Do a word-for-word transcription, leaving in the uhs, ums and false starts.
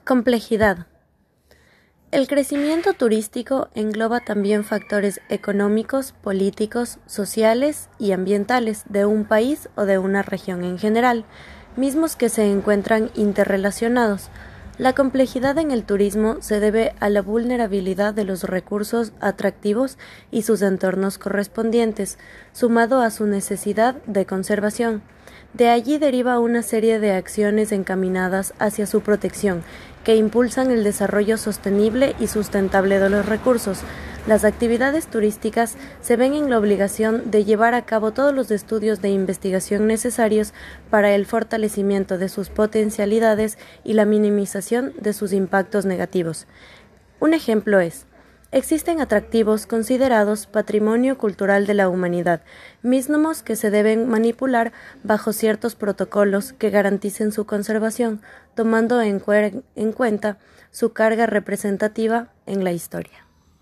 Complejidad. El crecimiento turístico engloba también factores económicos, políticos, sociales y ambientales de un país o de una región en general, mismos que se encuentran interrelacionados. La complejidad en el turismo se debe a la vulnerabilidad de los recursos atractivos y sus entornos correspondientes, sumado a su necesidad de conservación. De allí deriva una serie de acciones encaminadas hacia su protección, que impulsan el desarrollo sostenible y sustentable de los recursos. Las actividades turísticas se ven en la obligación de llevar a cabo todos los estudios de investigación necesarios para el fortalecimiento de sus potencialidades y la minimización de sus impactos negativos. Un ejemplo es: existen atractivos considerados patrimonio cultural de la humanidad, mismos que se deben manipular bajo ciertos protocolos que garanticen su conservación, tomando en, en cuenta su carga representativa en la historia.